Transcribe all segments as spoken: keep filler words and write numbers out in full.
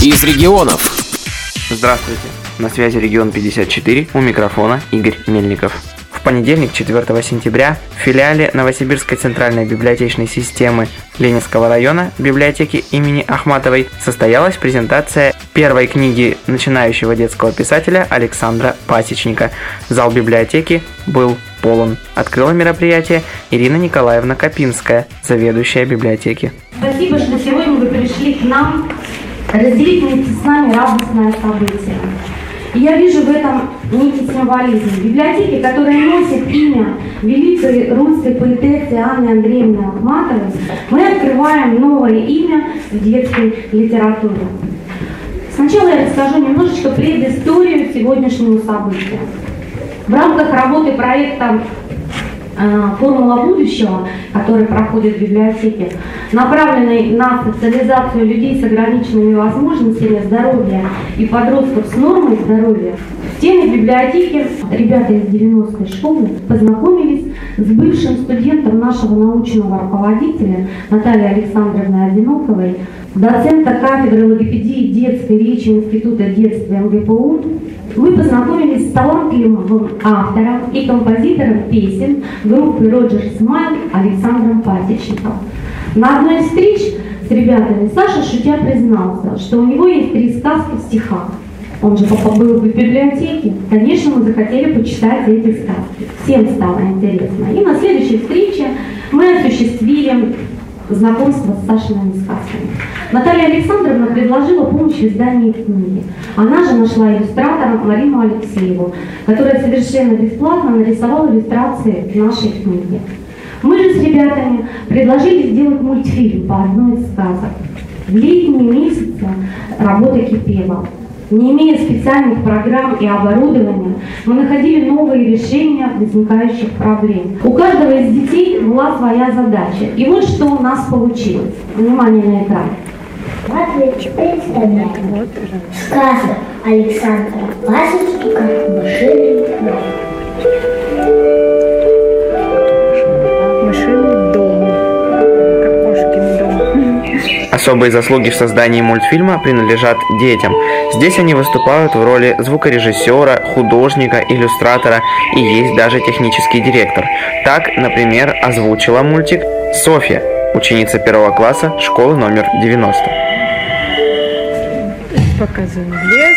из регионов. Здравствуйте, на связи Регион пятьдесят четыре, у микрофона Игорь Мельников. В понедельник, четвёртого сентября, в филиале Новосибирской центральной библиотечной системы Ленинского района библиотеки имени Ахматовой состоялась презентация первой книги начинающего детского писателя Александра Пасечника. Зал библиотеки был полон. Открыла мероприятие Ирина Николаевна Копинская, заведующая библиотеки. Спасибо, что сегодня вы пришли к нам разделить вместе с нами радостное событие. И я вижу в этом некий символизм. Библиотеки, которая носит имя великой русской поэтессы Анны Андреевны Ахматовой, мы открываем новое имя в детской литературе. Сначала я расскажу немножечко предысторию сегодняшнему событию. В рамках работы проекта «Формула будущего», который проходит в библиотеке, направленный на социализацию людей с ограниченными возможностями здоровья и подростков с нормой здоровья, в стены библиотеки ребята из девяностой школы познакомились с бывшим студентом нашего научного руководителя Натальей Александровной Одиноковой, доцента кафедры логопедии и детской речи Института детства эм гэ пэ у. Мы познакомились с талантливым автором и композитором песен группы Роджер Смайл Александром Пасечником. На одной из встреч с ребятами Саша шутя признался, что у него есть три сказки в стихах. Он же был в библиотеке. Конечно, мы захотели почитать эти сказки. Всем стало интересно. И на следующей встрече мы осуществили знакомство с Сашиными сказками. Наталья Александровна предложила помощь в издании книги. Она же нашла иллюстратора Марину Алексееву, которая совершенно бесплатно нарисовала иллюстрации к нашей книге. Мы же с ребятами предложили сделать мультфильм по одной из сказок. В летние месяцы работа кипела. Не имея специальных программ и оборудования, мы находили новые решения возникающих проблем. У каждого из детей была своя задача. И вот что у нас получилось. Внимание на экран. Вот представляем. Сказка Александра Пасечника «Мышиный дом». Мышиный дом. Как кошкин дом. Особые заслуги в создании мультфильма принадлежат детям. Здесь они выступают в роли звукорежиссера, художника, иллюстратора и есть даже технический директор. Так, например, озвучила мультик Софья, ученица первого класса школы номер девяносто. Показываем лес,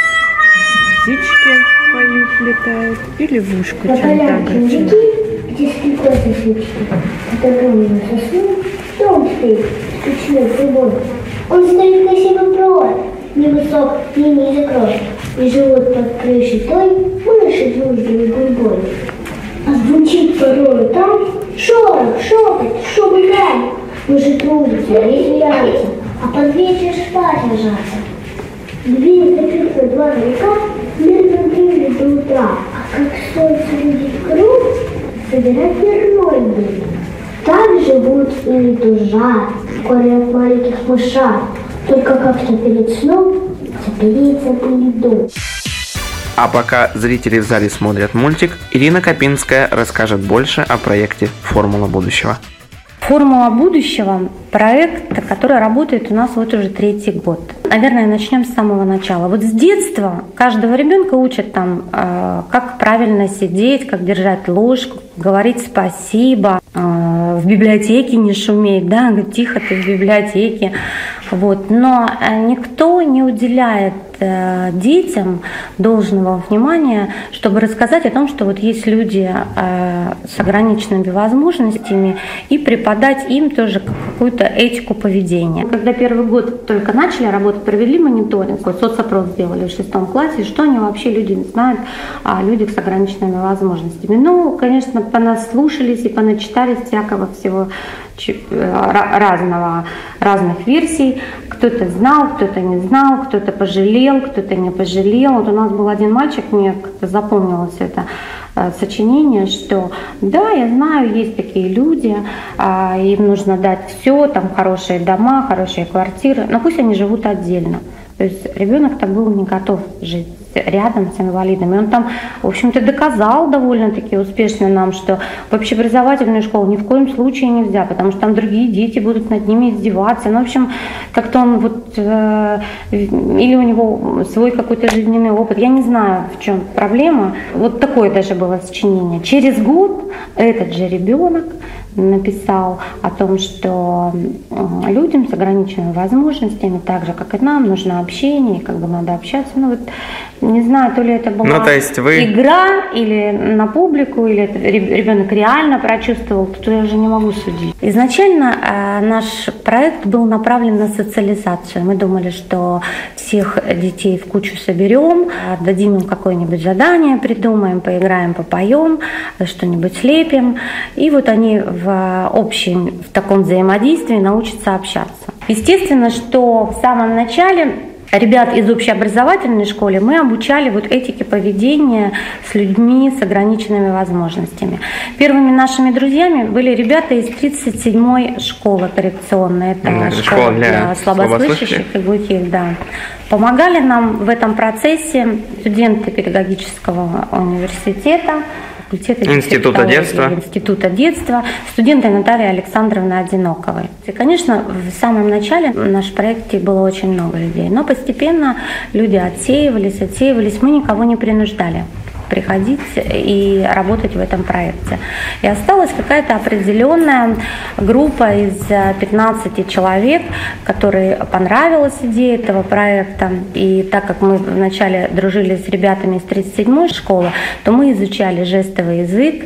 птички поют, летают, и лягушку чем-то огорчена. Где спекой сосучки, отогрунную сосну, что он стоит, скучной прибор. Он стоит красивый провод, не высок, не низок рост, и живут под крышей той мыши дружной гурьбой. А звучит порою там шорох, шепот, шум и грань. Мыши трудятся, резвятся, а под вечер спать ложатся. Две закрытые два река мирно дрыли до утра, а как солнце будет в круг, собирать зерно будут. Так живут и летужат, вскоре от маленьких мышат, только как-то перед сном запереться по льду. А пока зрители в зале смотрят мультик, Ирина Копинская расскажет больше о проекте «Формула будущего». «Формула будущего» – проект, который работает у нас вот уже третий год. Наверное, начнем с самого начала. Вот с детства каждого ребенка учат там, э, как правильно сидеть, как держать ложку, говорить спасибо, э, в библиотеке не шуметь, да, говорит, тихо ты в библиотеке. Вот. Но никто не уделяет э, детям должного внимания, чтобы рассказать о том, что вот есть люди э, с ограниченными возможностями, и преподать им тоже какую-то этику поведения. Когда первый год только начали работать, провели мониторинг, соцопрос сделали в шестом классе, что они вообще люди знают о людях с ограниченными возможностями. Ну, конечно, понаслушались и поначитались всякого всего разного, разных версий. Кто-то знал, кто-то не знал, кто-то пожалел, кто-то не пожалел. Вот у нас был один мальчик, мне как-то запомнилось это э, сочинение, что да, я знаю, есть такие люди, э, им нужно дать все, там хорошие дома, хорошие квартиры, но пусть они живут отдельно. То есть ребенок так был не готов жить с рядом с инвалидами. Он там, в общем-то, доказал довольно-таки успешно нам, что в общеобразовательную школу ни в коем случае нельзя, потому что там другие дети будут над ними издеваться. Ну, в общем, как-то он вот, э, или у него свой какой-то жизненный опыт, я не знаю, в чем проблема. Вот такое даже было сочинение. Через год этот же ребенок написал о том, что людям с ограниченными возможностями, так же, как и нам, нужно общение, и как бы надо общаться. Ну вот, не знаю, то ли это была ну, то есть вы... игра, или на публику, или это ребенок реально прочувствовал, то я уже не могу судить. Изначально э, наш проект был направлен на социализацию. Мы думали, что всех детей в кучу соберем, дадим им какое-нибудь задание, придумаем, поиграем, попоем, что-нибудь слепим, и вот они в в общем, в таком взаимодействии научатся общаться. Естественно, что в самом начале ребят из общеобразовательной школы мы обучали вот этике поведения с людьми с ограниченными возможностями. Первыми нашими друзьями были ребята из тридцать седьмой школы коррекционной. Это mm, школа, школа для, для слабослышащих и глухих, да. Помогали нам в этом процессе студенты педагогического университета, Института детства. Института детства, студенты Натальи Александровны Одиноковой. И, конечно, в самом начале в нашем проекте было очень много людей, но постепенно люди отсеивались, отсеивались, мы никого не принуждали приходить и работать в этом проекте. И осталась какая-то определенная группа из пятнадцати человек, которой понравилась идея этого проекта. И так как мы вначале дружили с ребятами из тридцать седьмой школы, то мы изучали жестовый язык,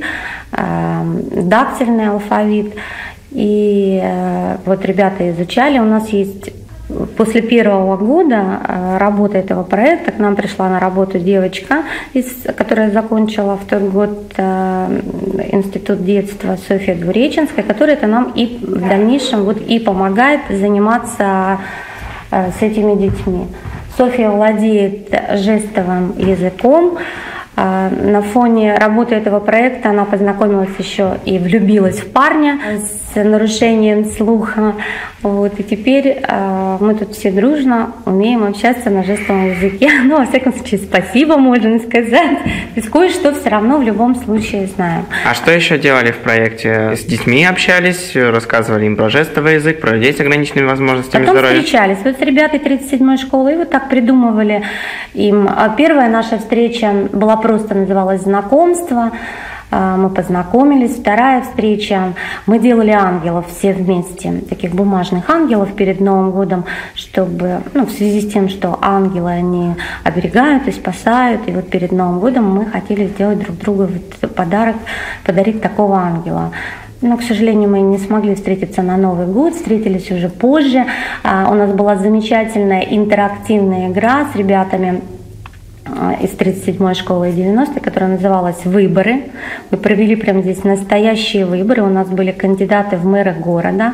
дактильный алфавит. И вот ребята изучали, у нас есть... После первого года работы этого проекта к нам пришла на работу девочка, которая закончила в тот год Институт детства, Софья Двуреченская, которая это нам и в дальнейшем вот и помогает заниматься с этими детьми. Софья владеет жестовым языком. На фоне работы этого проекта она познакомилась еще и влюбилась в парня с нарушением слуха. Вот, и теперь э, мы тут все дружно умеем общаться на жестовом языке. Ну, во всяком случае, спасибо, можно сказать. То есть кое-что все равно в любом случае знаем. А что еще делали в проекте? С детьми общались, рассказывали им про жестовый язык, про людей с ограниченными возможностями Потом здоровья? встречались вот с ребятами тридцать седьмой школы и вот так придумывали им. Первая наша встреча была просто, называлась «Знакомство». Мы познакомились. Вторая встреча, мы делали ангелов все вместе, таких бумажных ангелов перед Новым годом, чтобы, ну, в связи с тем, что ангелы, они оберегают и спасают, и вот перед Новым годом мы хотели сделать друг другу вот подарок, подарить такого ангела. Но, к сожалению, мы не смогли встретиться на Новый год, встретились уже позже. У нас была замечательная интерактивная игра с ребятами из тридцать седьмой школы и девяностой, которая называлась «Выборы». Мы провели прямо здесь настоящие выборы. У нас были кандидаты в мэры города.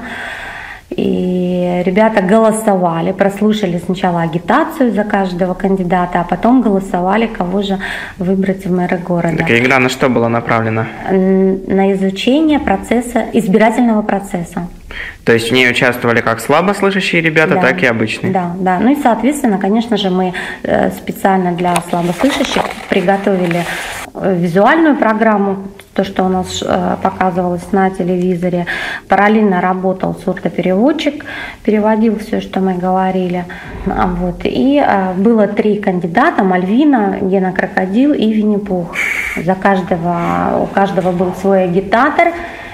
И ребята голосовали, прослушали сначала агитацию за каждого кандидата, а потом голосовали, кого же выбрать в мэры города. Так игра на что была направлена? На изучение процесса, избирательного процесса. То есть в ней участвовали как слабослышащие ребята, да, так и обычные? Да, да. Ну и, соответственно, конечно же, мы специально для слабослышащих приготовили визуальную программу, то, что у нас показывалось на телевизоре. Параллельно работал сурдопереводчик, переводил все, что мы говорили. Вот. И было три кандидата: Мальвина, Гена Крокодил и Винни-Пух. За каждого, у каждого был свой агитатор.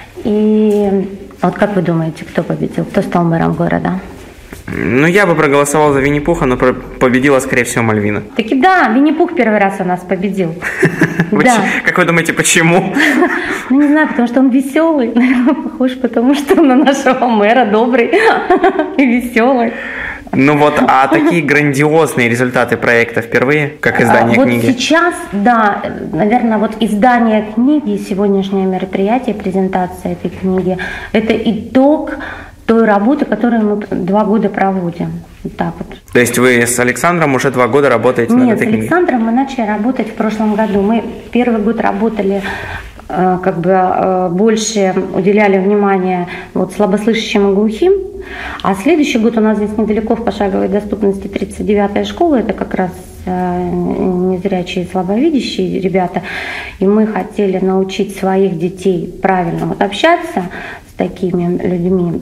И вот как вы думаете, кто победил? Кто стал мэром города? Ну, я бы проголосовал за Винни-Пуха, но победила, скорее всего, Мальвина. Таки да, Винни-Пух первый раз у нас победил. Да. Как вы думаете, почему? Ну, не знаю, потому что он веселый, наверное, похож, потому что он на нашего мэра добрый и веселый. Ну вот, а такие грандиозные результаты проекта впервые, как издание вот книги? Вот сейчас, да, наверное, вот издание книги, сегодняшнее мероприятие, презентация этой книги, это итог той работы, которую мы два года проводим. Вот так вот. То есть вы с Александром уже два года работаете Нет, над этой книгой? Нет, с Александром мы начали работать в прошлом году. Мы первый год работали, как бы больше уделяли внимание вот слабослышащим и глухим, а следующий год у нас здесь недалеко в пошаговой доступности тридцать девятая школа, это как раз незрячие и слабовидящие ребята, и мы хотели научить своих детей правильно вот общаться с такими людьми,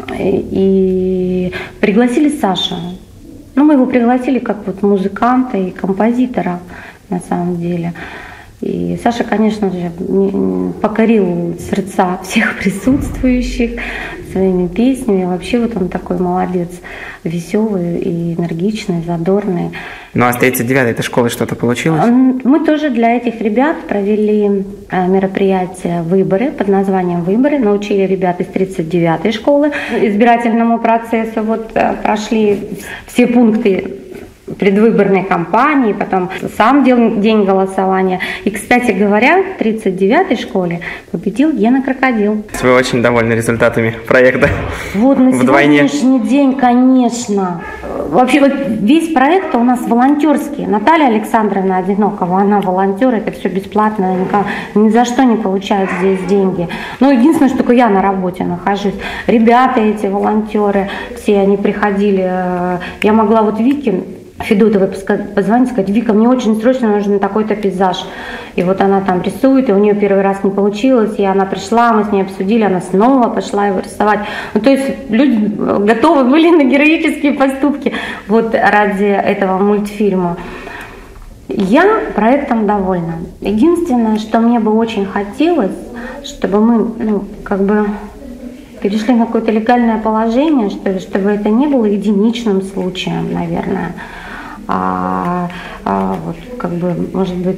и пригласили Сашу. Ну, мы его пригласили как вот музыканта и композитора на самом деле. И Саша, конечно же, покорил сердца всех присутствующих своими песнями. Вообще вот он такой молодец, веселый и энергичный, задорный. Ну а с тридцать девятой этой школы что-то получилось? Мы тоже для этих ребят провели мероприятие «Выборы» под названием «Выборы». Научили ребят из тридцать девятой школы избирательному процессу. Вот прошли все пункты предвыборной кампании, потом сам день голосования. И, кстати говоря, в тридцать девятой школе победил Гена Крокодил. Вы очень довольны результатами проекта? Вот на Вдвойне. сегодняшний день, конечно. Вообще вот весь проект у нас волонтерский. Наталья Александровна Одинокова, она волонтер, это все бесплатно, ни за что не получает здесь деньги. Ну, единственное, что только я на работе нахожусь. Ребята эти волонтеры, все они приходили. Я могла вот Вике Федотовой позвонить, сказать: Вика, мне очень срочно нужен такой-то пейзаж. И вот она там рисует, и у нее первый раз не получилось, и она пришла, мы с ней обсудили, она снова пошла его рисовать. Ну, то есть люди готовы были на героические поступки вот ради этого мультфильма. Я проектом довольна. Единственное, что мне бы очень хотелось, чтобы мы, ну, как бы перешли на какое-то легальное положение, что ли, чтобы это не было единичным случаем, наверное. А, а вот как бы, может быть,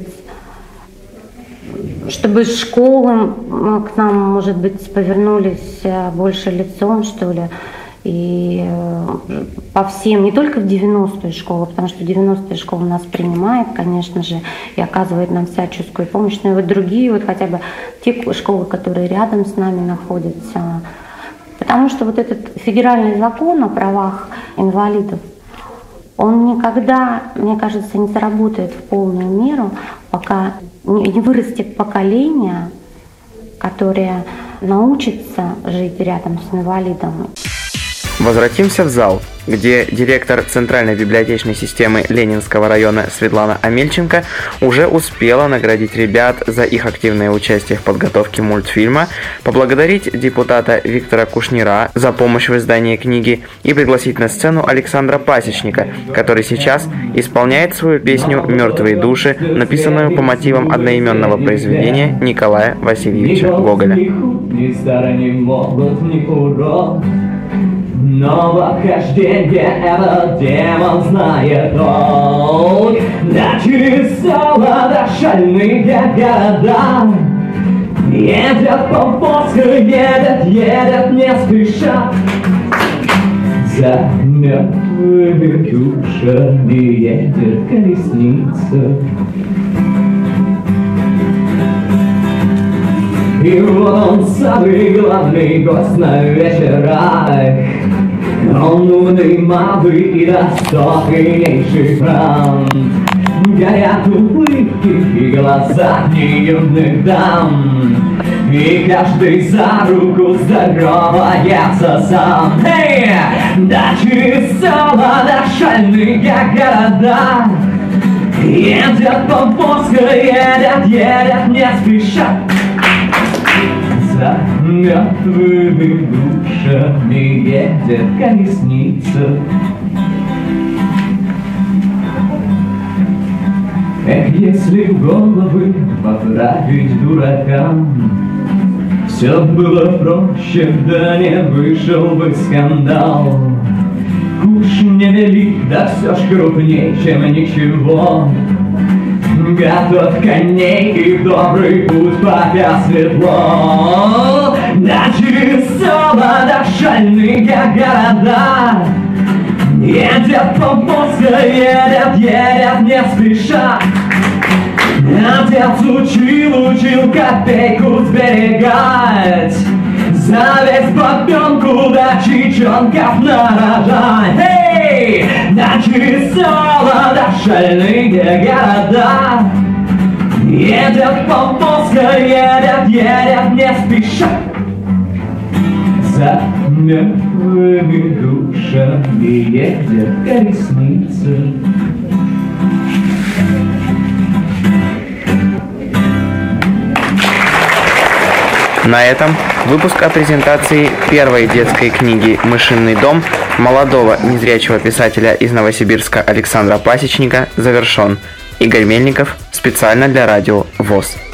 чтобы школы к нам, может быть, повернулись больше лицом, что ли, и по всем, не только в девяностую школу, потому что девяностая школа нас принимает, конечно же, и оказывает нам всяческую помощь, но и вот другие, вот хотя бы те школы, которые рядом с нами находятся. Потому что вот этот федеральный закон о правах инвалидов, он никогда, мне кажется, не заработает в полную меру, пока не вырастет поколение, которое научится жить рядом с инвалидом. Возвратимся в зал, где директор Центральной библиотечной системы Ленинского района Светлана Амельченко уже успела наградить ребят за их активное участие в подготовке мультфильма, поблагодарить депутата Виктора Кушнира за помощь в издании книги и пригласить на сцену Александра Пасечника, который сейчас исполняет свою песню «Мертвые души», написанную по мотивам одноименного произведения Николая Васильевича Гоголя. Но восхождение этот демон знает толк. Да через солода шальные города едет Помпоцкая, едет, едет не спеша. За мертвыми душами едет колесница. И вот он самый главный гость на вечерах. Он умный, малый и достойнейший храм. Горят улыбки и глаза неюных дам. И каждый за руку здоровается сам. Эй! Да через солода шальные города едет Помпоцкая, едет, едет не спеша. За мертвыми душами едет колесница. Эх, если головы поправить дуракам, все было проще, да не вышел бы скандал. Куш невелик, да все ж крупней, чем ничего. Готовь коней и в добрый путь, пока светло. Да через солода шальные города едет Помпоцкая, едет, едет не спеша. Отец учил, учил копейку сберегать, за весь бабенку да чичонков нарожать. Эй! Да через солода шальные города едет Помпоцкая, едет, едет не спеша. За мертвыми душами едет колесница. На этом выпуск о презентации первой детской книги «Мышиный дом» молодого незрячего писателя из Новосибирска Александра Пасечника завершен. Игорь Мельников специально для радио ВОС.